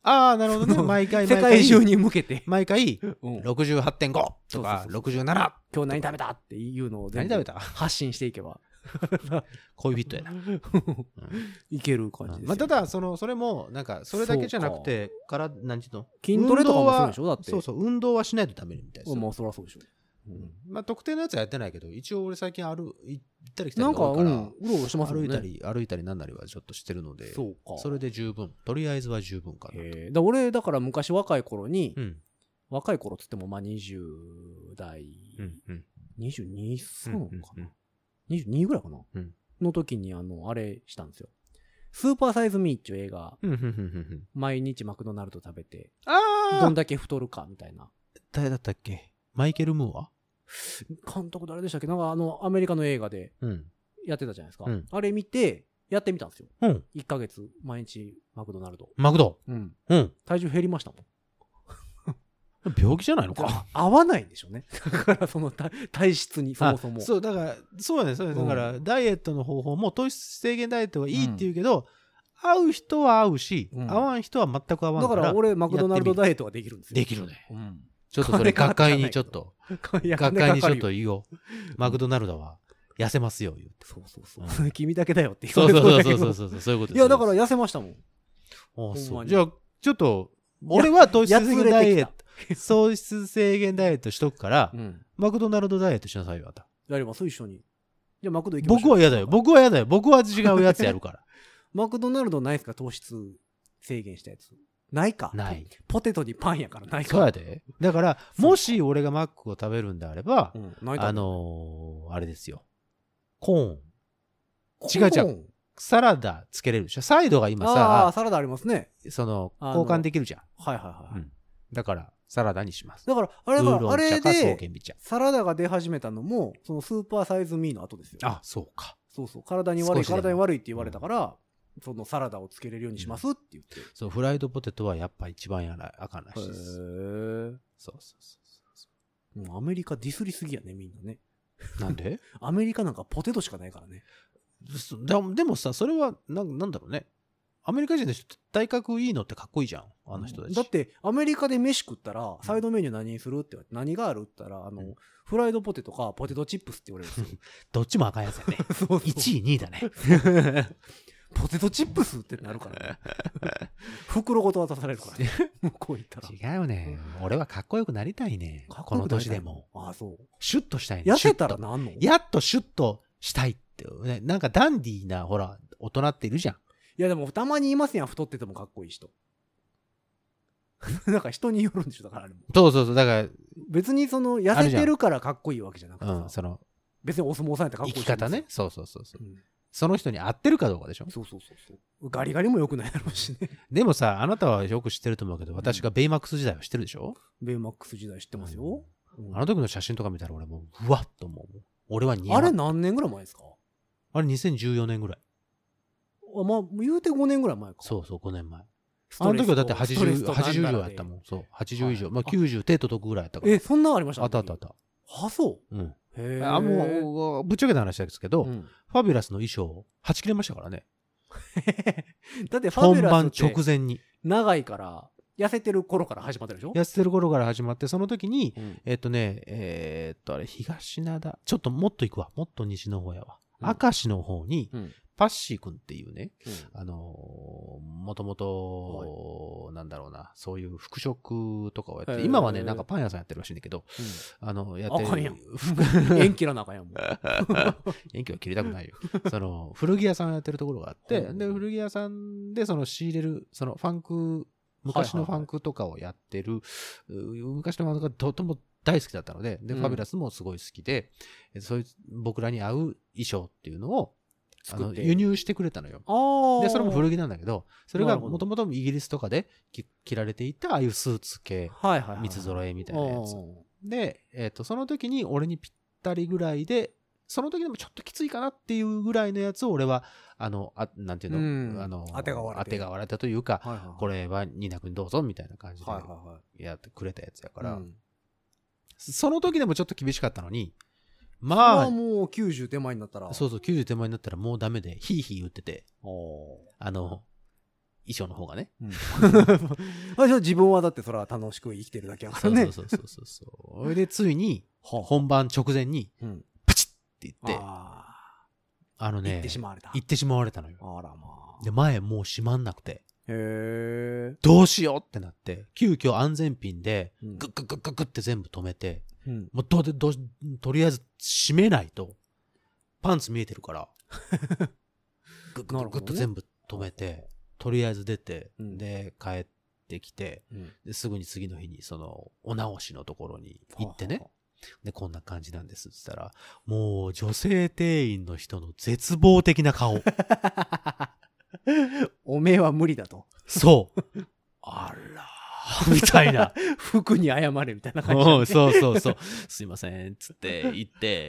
ああ、なるほどね。毎回世毎回。 界中に向けて、 毎回、 うん、 ろくじゅうはってんご とかそうそうそう、 ろくじゅうなな。 今日何食べたっていうのを全部何食べた発信していけば恋人やな。 いける感じですよ。 まあ、ただ、その、それも、なんか、それだけじゃなくて、から、なんていうの筋トレとかもするんでしょだって。 そうそう、運動はしないとダメみたいですよ。 まあ、そりゃそうでしょ。 うんまあ、特定のやつはやってないけど、一応俺最近歩行ったり来たりなんか、 が多いから、 うん、うろうろしてますもんね。 歩いたり、歩いたりなんなりはちょっとしてるので、 そうか。 それで十分。とりあえずは十分かなと。 へえ。だ俺、だから昔若い頃に、 うん。 若い頃っつっても、まあにじゅう代、 うん。うん。 にじゅうに、さんかうんな。にじゅうにぐらいかな。 うんの時に、あの、あれしたんですよ。スーパーサイズミーっていう映画、 うん。うん。うん。うん。 毎日マクドナルド食べて、 ああどんだけ太るかみたいな。 誰だったっけマイケル・ムーア監督誰でしたっけなんかあの、アメリカの映画でうん。 やってたじゃないですか。 うんあれ見て、やってみたんですよ。 うん。 いっかげつ、毎日マクドナルド。 マクド。 うん。 うん。 体重減りましたもん。 病気じゃないのか。 合わないんでしょうね。だからその体体質にそもそも。 あそう、だから、そうやね、そうやね。だから、ダイエットの方法も糖質制限ダイエットがいいって言うけど、合う人は合うし、 うん合わん人は全く合わんから。 だから俺、マクドナルドダイエットができるんですよ。 できるね。 うん。 ちょっとそれ、学会にちょっと、 いや学会にちょっと金かかるよ言おう。マクドナルドは痩せますよ、言って。 そうそうそう。君だけだよって言そうそうわれるそうそうそう、そういうことです。 いや、だから痩せましたもん。 あほんまにそうじゃあ、ちょっと、俺は糖質制限ダイエッやト、糖質制限ダイエットしとくからう、ん。 マクドナルドダイエットしなさいよ、あんた。 やります一緒に。じゃあマクド行きましょう。 僕は嫌だよ。僕は嫌だよ。僕は違うやつやるから。 マクドナルドないですか糖質制限したやつ。ないか。 ない。 ポテトにパンやからないか。 そうやで。だから、もし俺がマックを食べるんであればう、ん。ないかあのー、あれですよ。コーン。 コ違う違うーンサラダつけれるでしょ。サイドが今ああ、 さ、 サラダありますね。 その、 あの交換できるじゃん。 はいはいはい。 うんだから、サラダにします。 だから、あれウーが、あれロン茶か草で、 原美茶。 サラダが出始めたのも、そのスーパーサイズミーの後ですよ。 あ、そうか。 そうそう。体に悪い、 少しでも体に悪いって言われたから、そのサラダをつけれるようにしますって言って。 そう、フライドポテトはやっぱ一番やらあかんらへしいです。 ーそうそうそうそもうアメリカディスりすぎやね、みんなね。 う。なんでアメリカなんかポテトしかないからね。 そでもでもさ、それは、ななんだろうね。アメリカ人の人って体格いいのってかっこいいじゃん。あの人たち。 だって、アメリカで飯食ったら、サイドメニュー何にするって言われて、何があるって言ったら、あの、 うんフライドポテトかポテトチップスって言われるんですよ。 どっちもあかんやつやね。 そうそういちい、にいだね。 ポテトチップスってなるからね。袋ごと渡されるからね。向こう行ったら。 違うね。俺はかっこよくなりたいね。 かっこのこよくなりたい年でも。 ああ、そう。 シュッとしたいね。 痩せたらシュッとなんのやっとシュッとしたいって、ね。なんかダンディーな、ほら、大人っているじゃん。 いやでもたまにいますやん、太っててもかっこいい人。なんか人によるんでしょ、だからあれも。 そうそうそう。だか別にその、痩せてるからかっこいいわけじゃなくてら、 さ、 うん、その、 別にお相撲さんやったらかっ生こいいき方ね。そうそうそうそう。 うんその人に合ってるかどうかでしょ。 そうそうそうそう。ガリガリも良くないだろうしね。 でもさ、あなたはよく知ってると思うけど、私がベイマックス時代は知ってるでしょ、 ベイマックス時代知ってますよ。うんあの時の写真とか見たら俺もう、うわっと思う。俺は似合う。 あれ何年ぐらい前ですかあれにせんじゅうよねんぐらい。 あまあ、言うてごねんぐらい前か。 そうそう、ごねんまえ。 ストレスと。 あの時はだってはちじゅう、 ストレスとはちじゅう以なんだらで上やったもん。そう、はちじゅう以上。 はいまあきゅうじゅう手と得ぐらいやったから。 え、そんなのありましたあったあったあった。 あ、そう。 うん。 へえ。 あ、もう、ぶっちゃけた話ですけど、 うんファビュラスの衣装、はち切れましたからね。 だってファビ本番ュラスって直前に。 長いから、痩せてる頃から始まったでしょ痩せてる頃から始まって、その時に、 うんえっとね、えーっと、あれ、東灘、ちょっともっと行くわ。もっと西の方やわ。 うん明石の方に、 うんパッシー君っていうね、 うんあのー、もともと、なんだろうな、そういう服飾とかをやって、 へー今はね、なんかパン屋さんやってるらしいんだけど、あの、やってる。 あかんやん服縁切らなあかんやんもう。 遠距は切りたくないよ。その、古着屋さんやってるところがあって、 うんで、古着屋さんで、その仕入れる、そのファンク、昔のファンクとかをやってる、う昔のファンクがとても大好きだったので、で、 うんファビュラスもすごい好きで、そういう僕らに合う衣装っていうのを、あの作って輸入してくれたのよ。 ああ。 で、それも古着なんだけど、それがなるほどもともとイギリスとかで着着られていた、ああいうスーツ系、 はいはいはい。 三つ揃えみたいなやつあ。ーで、えっ、と、その時に俺にぴったりぐらいで、その時でもちょっときついかなっていうぐらいのやつを俺は、あの、あなんていうの、 うんあの、 当てが割れて当てが割れたというか、 はいはいはい。 これはニナ君どうぞみたいな感じではいはいはい。 やってくれたやつやから、 うんその時でもちょっと厳しかったのに、 ままあ、 あもうきゅうじゅう手前になったら。 そうそう、きゅうじゅう手前になったらもうダメで、ヒーヒー言ってて、 おあの、 衣装の方がね。 うん、あじゃあ自分はだってそれは楽しく生きてるだけやからね。 そうそうそうそうそう。それでついに本番直前にパチッって言って、あ, あのね、 行ってしまわれた。 行ってしまわれたのよ。 あらまあ。 で前もう閉まんなくて。 へー。 どうしようってなって、急遽安全ピンでグッグッグッグッグッって全部止めて、うん、もうどうでどうとりあえず閉めないとパンツ見えてるから、グッグッグッと全部止めて、とりあえず出て、うん、で帰ってきて、うん、ですぐに次の日にそのお直しのところに行ってね、はははでこんな感じなんですって言ったら、もう女性店員の人の絶望的な顔。 おめえは無理だと。 そう。あらーみたいな。 服に謝れみたいな感じ、 ね。うん、そうそうそう。すいません、つって言って、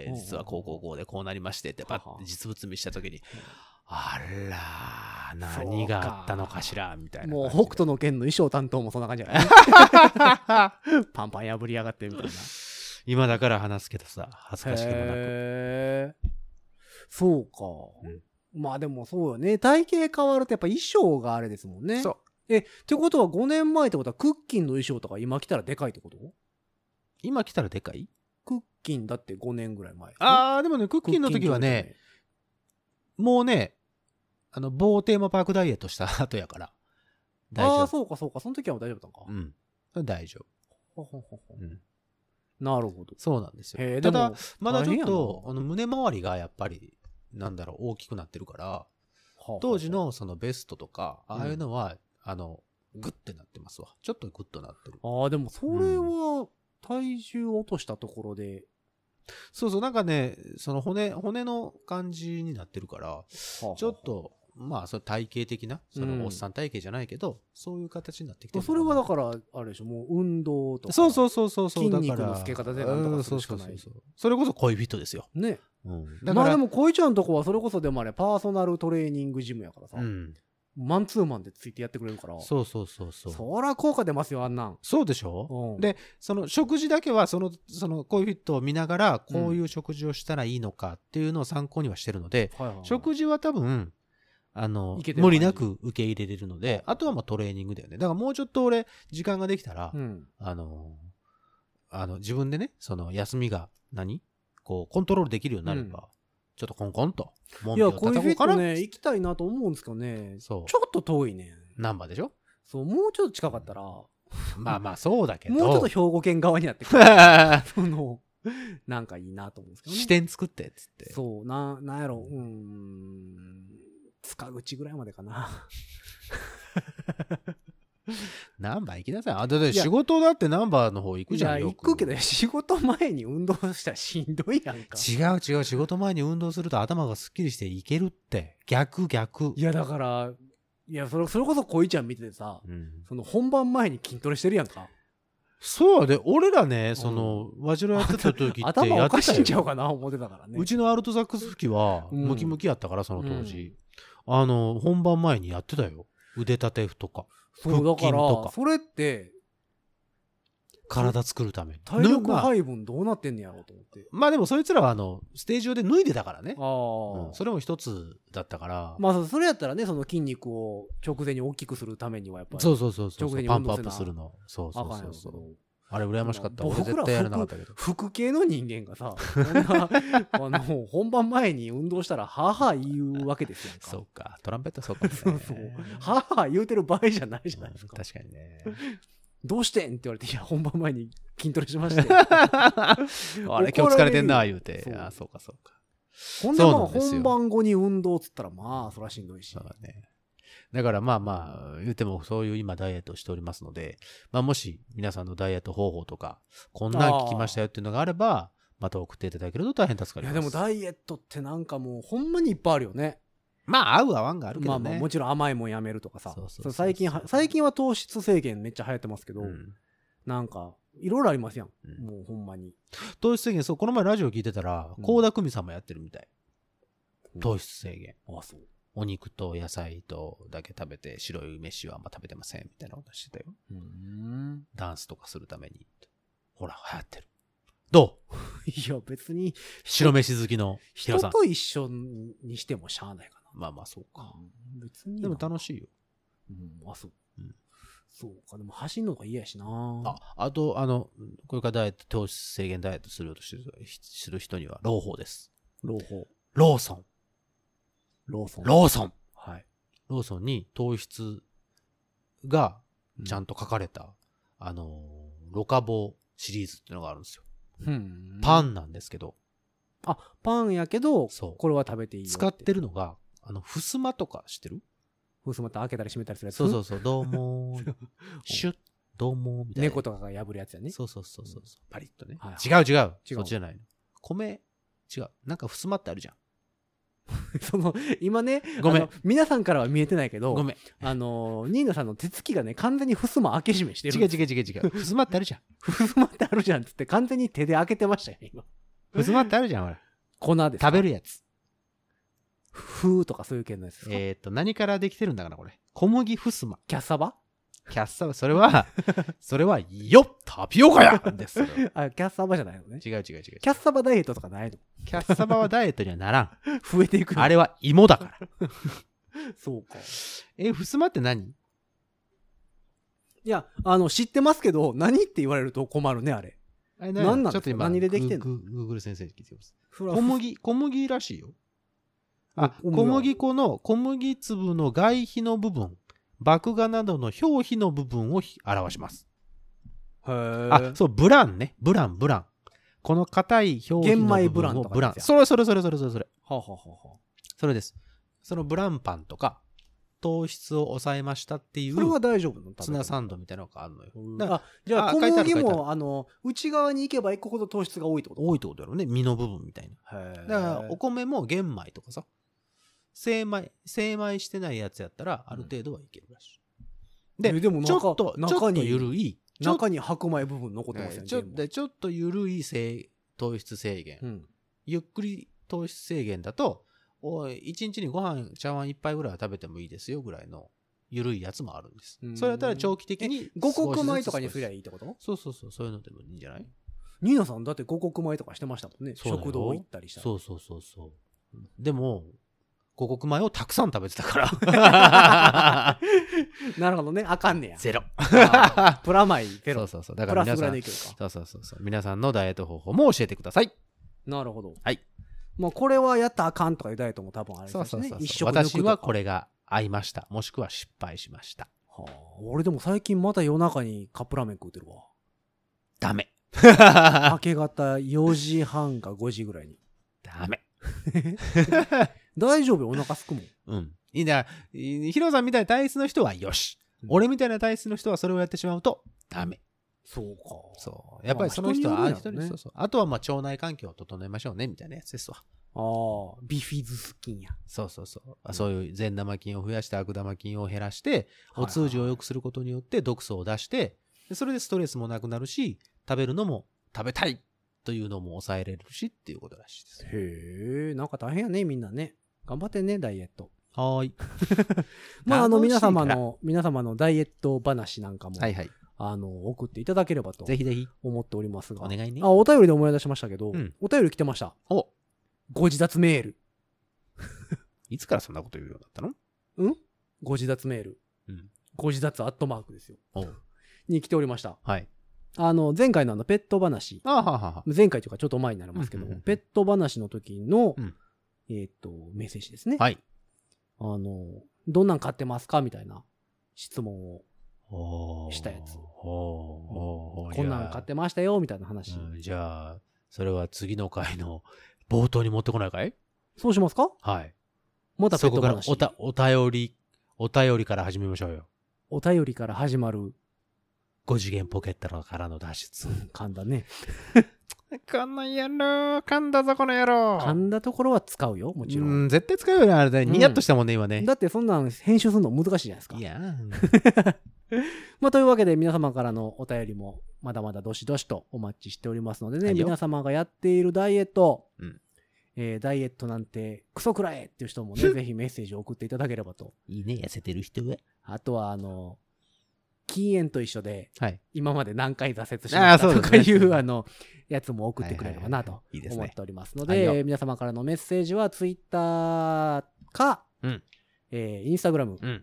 実はこうこうこうでこうなりましてって、パッて実物見したときに、あらー、何があったのかしらみたいな。 もう北斗の拳の衣装担当もそんな感じじゃない。パンパン破りやがってみたいな。 今だから話すけどさ、恥ずかしくもなく。 へー。そうか。うんまあでもそうよね。体型変わるとやっぱ衣装があれですもんね。 そう。 え、ってことはごねんまえってことはクッキンの衣装とか今着たらでかいってこと？ 今着たらでかい？ クッキンだってごねんぐらい前。 あー、でもね、クッキンの時はね、もうね、あの、某テーマパークダイエットした後やから。 大丈夫。ああ、そうかそうか。その時は大丈夫だったんか。 うん。大丈夫。 ほほほほ。うん。なるほど。 そうなんですよ。ただ、まだちょっと、あの、胸周りがやっぱり、なんだろう大きくなってるから、はあ、当時のそのベストとかああいうのは、うん、あのグッてなってますわ。ちょっとグッとなってる。 ああでもそれは体重落としたところで、うん、 そうそうなんかねその骨骨の感じになってるから、はあはあ、ちょっとまあそれ体型的なそのおっさん体型じゃないけど、うん、そういう形になってきてる。 それはだからあれでしょもう運動とかそうそうそうそうそう筋肉のつけ方でなんとかするしかない。 それこそ恋人ですよ。 ね。 うん、 だからまあでもこいちゃんとこはそれこそでもあれパーソナルトレーニングジムやからさ、うん、マンツーマンでついてやってくれるからそうそうそうそうそら効果出ますよあんなん。 そうでしょ、うん、でその食事だけはそのそのこういうフィットを見ながらこういう食事をしたらいいのかっていうのを参考にはしてるので、うんはいはいはい、食事は多分あの無理なく受け入れれるので、あとはまあトレーニングだよね。だからもうちょっと俺時間ができたら、うん、あのあの自分でねその休みが何こうコントロールできるようになれば、うん、ちょっとコンコンといやこういうフィットね行きたいなと思うんですけどね。そうちょっと遠いね。 難波でしょ。 そうもうちょっと近かったらまあまあそうだけどもうちょっと兵庫県側になってくるそのなんかいいなと思うんですけどね。 支店作ってっつってそうななんやろうーん塚口ぐらいまでかなナンバー行きなさい。あ、だって仕事だってナンバーの方行くじゃん。 いや、行くけど、仕事前に運動したらしんどいやんか。 違う違う、仕事前に運動すると頭がすっきりしていけるって。逆逆。 いや、だから、いや、それ、それこそ恋ちゃん見ててさ、うん、その本番前に筋トレしてるやんか。 そうで、俺らね、その、ワジロやってた時ってやってたよ。 頭おかしいんちゃうかな、思ってたからね。 うちのアルトサックス吹きは、ムキムキやったから、その当時。うん、あの、本番前にやってたよ。腕立て伏とか。 そうだからそれって体作るために体力配分どうなってんねやろうと思って。 まあでもそいつらはあのステージ上で脱いでたからね。あ、うん、それも一つだったから。 まあそれやったらねその筋肉を直前に大きくするためにはやっぱりそうそうそうそう直前にパンプアップするの。そうそうそうそう。あれ羨ましかった。俺絶対やらなかったけど。 服系の人間がさ、こんなあの本番前に運動したらはは言うわけですよ。 そうか。トランペットそうかもね。そうそう。 はは言うてる場合じゃないじゃないですか。 うん、確かにね。 どうしてんって言われていや本番前に筋トレしましたよ。 あれ今日疲れてんな言うて。あ、そうかそうか。 ほんでまあ本番後に運動っつったらまあそらしんどいし。 そうだね。だからまあまあ言ってもそういう今ダイエットをしておりますので、まあもし皆さんのダイエット方法とかこんなん聞きましたよっていうのがあればまた送っていただけると大変助かります。 いやでもダイエットってなんかもうほんまにいっぱいあるよね。 まあ合う合わんがあるけどね。 まあまあもちろん甘いもんやめるとかさ。最近最近は糖質制限めっちゃ流行ってますけど、うん、なんかいろいろありますやん、うん、もうほんまに。 糖質制限そうこの前ラジオ聞いてたら倖田來未さんもやってるみたい。うん、糖質制限。 ああそう。 お肉と野菜とだけ食べて白い飯はあんま食べてませんみたいなことしてたよ。うん。ダンスとかするために。ほら流行ってる。どう？ いや別に白飯好きのヒロさん。 人と一緒にしてもしゃあないかな。 まあまあそうか。 別に。 でも楽しいよ。 うん、あ、そう。 うん、 そうか、でも走るのが嫌やしな。 あ、あと、あの、これからダイエット、糖質制限ダイエットするとする人には、朗報です。 朗報。 ローソン。 ローソン。 ローソン。 はい。 ローソンに糖質がちゃんと書かれた、うん、あの、ロカボシリーズっていうのがあるんですよ。 うん。 パンなんですけど。 あ、パンやけど、 そう。 これは食べていいよって。 使ってるのが、あの、ふすまとか知ってる？ ふすまって開けたり閉めたりするやつ。 そうそうそう、どうもー。シュッ、どうもーみたいな。 猫とかが破るやつやね。 そうそうそうそう。うん、パリッとね、 はいはい。 違う違う。 違う。 そっちじゃないの。米、違う。なんかふすまってあるじゃん。 その、今ね、 ごめん。 皆さんからは見えてないけど、 ごめん。 あの、ニーナさんの手つきがね、完全にふすま開け閉めしてる。 違う違う違う違う。ふすまってあるじゃん。 ふすまってあるじゃんっつって完全に手で開けてましたよ、今。 ふすまってあるじゃん、ほら。 粉ですか？ 食べるやつ。 ふーとかそういう系のやつですか？ えっと、何からできてるんだかな、これ。小麦ふすま。 キャッサバ？ キャッサバ、それは、それは、よっタピオカやです。 あ、キャッサバじゃないのね。 違う違う違う。 キャッサバダイエットとかないの？ キャッサバはダイエットにはならん。 増えていく。 あれは芋だから。 そうか。 え、ふすまって何？ いや、あの、知ってますけど、何って言われると困るね、あれ。 あれ何なんですか？ ちょっと今、 何でできてんの？ グーグル先生に聞いてます。 小麦、小麦らしいよ。あ、小麦粉の小麦粒の外皮の部分、麦芽などの表皮の部分を表します。 へー。 あ、そう、ブランね。ブラン、ブラン。この硬い表皮の部分をブラン。それそれそれそれそれそれ。 はあ、はあはあ、 それです。そのブランパンとか、糖質を抑えましたっていう。 それは大丈夫なの？ ツナサンドみたいなのがあるのよ。 あ、じゃあ小麦も、あの、内側に行けば行くほど糖質が多いってこと？ 多いってことだろうね。実の部分みたいな。 へー。 だから、お米も玄米とかさ。精米、精米してないやつやったら、ある程度はいけるらしい。で、でもちょっと、ちょっと緩い。 中に白米部分残ってますよね。 ちょっと、ちょっと緩い糖質制限。うん、ゆっくり糖質制限だと、おい、いちにちにご飯、茶碗一杯ぐらいは食べてもいいですよぐらいの緩いやつもあるんです。それやったら長期的に。 五穀米とかにすりゃいいってこと？ そうそうそう、そういうのでもいいんじゃない？ ニーナさんだって五穀米とかしてましたもんね。食堂行ったりしたら。 そうそうそうそう。でも、五穀米をたくさん食べてたから。 なるほどね。あかんねや。 ゼロ。 プラマイゼロ。 そうそうそう。だから皆さん、そうそうそうそう。皆さんのダイエット方法も教えてください。 なるほど。 はい。 まあこれはやったらあかんとかいうダイエットも多分あれですね。そうそうそう。 一食抜くとか。私はこれが合いました。もしくは失敗しました。 はあ、俺でも最近また夜中にカップラーメン食うてるわ。 ダメ。 明け方よじはんかごじぐらいに。 ダメ。 大丈夫よ、お腹すくもん。 うん。いいんだ。ヒロさんみたいな体質の人はよし。うん、俺みたいな体質の人はそれをやってしまうとダメ。 そうか。 そう。やっぱりその人は、まあ、人によるよね。そうそう。あとはまあ腸内環境を整えましょうね、みたいなやつですわ。 ああ、ビフィズス菌や。 そうそうそう。うん、そういう善玉菌を増やして悪玉菌を減らして、お通じを良くすることによって毒素を出して、それでストレスもなくなるし、食べるのも食べたいというのも抑えれるしっていうことらしいです。 へえ、なんか大変やね、みんなね。頑張ってね、ダイエット。 はーい。 まあ、あの、皆様の、皆様のダイエット話なんかも、 はいはい。 あの、送っていただければと。 ぜひぜひ。 思っておりますが。 お願いね。 あ、お便りで思い出しましたけど、うん、お便り来てました。 おご自立メール。 いつからそんなこと言うようになったの？ うんご自立メール。うん。ご自立アットマークですよ。おに来ておりました。 はい。 あの、前回のあの、ペット話。 あははは。 前回というかちょっと前になりますけど、うんうんうん、ペット話の時の、うん、えっと、メッセージですね。 はい。 あの、どんなん飼ってますかみたいな質問をしたやつ。こんなん飼ってましたよみたいな話、 うん。じゃあ、それは次の回の冒頭に持ってこないかい？ そうしますか？ はい。 またペット話。 そこからおた、お便り、お便りから始めましょうよ。 お便りから始まる。 ご次元ポケットからの脱出。 噛んだね。 この野郎、噛んだぞこの野郎。 噛んだところは使うよ、もちろん。 うん、絶対使うよね、あれで。ニヤッとしたもんね、今ね。 だってそんなん編集するの難しいじゃないですか。 いやまあ、というわけで皆様からのお便りもまだまだどしどしとお待ちしておりますのでね、はい、皆様がやっているダイエット、うんえー、ダイエットなんてクソくらえっていう人もね、ぜひメッセージを送っていただければと。 いいね、痩せてる人は。 あとは、あの、禁煙と一緒で、 はい、 今まで何回挫折しましたとかいう、あの、やつも送ってくれればなと思っておりますので、皆様からのメッセージはツイッターか、うんえー、インスタグラム、うん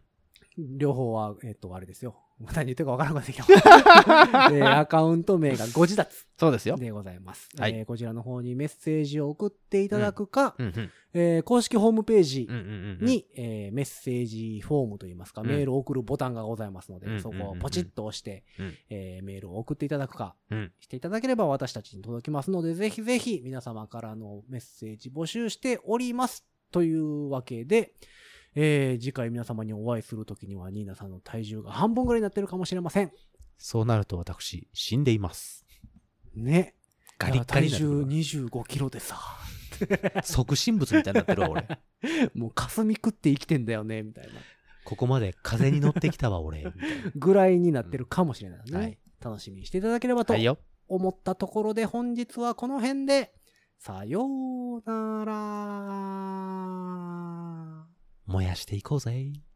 両方は、えっ、と、あれですよ。何言ってるか分からなかったけど、えーアカウント名がご自立そうですよ。 でございます、 はいえーこちらの方にメッセージを送っていただくか、 うんうんえー公式ホームページうんうんうんうん、 に、えーメッセージフォームといいますか、 うんメールを送るボタンがございますので、 うんそこをポチッと押して、 うんえーメールを送っていただくか、 うんしていただければ私たちに届きますので、ぜひぜひ皆様からのメッセージ募集しております。というわけで、えー次回皆様にお会いするときには、ニーナさんの体重が半分ぐらいになってるかもしれません。 そうなると私、死んでいます。 ね。 ガリッガリになってくる体重にじゅうごキロでさ、 即身仏みたいになってるわ、俺。 もう霞食って生きてんだよね、みたいな。 ここまで風に乗ってきたわ、俺。みたいなぐらいになってるかもしれないので、ねはい楽しみにしていただければとはいよ。 思ったところで、本日はこの辺で、さようなら。 燃やしていこうぜ。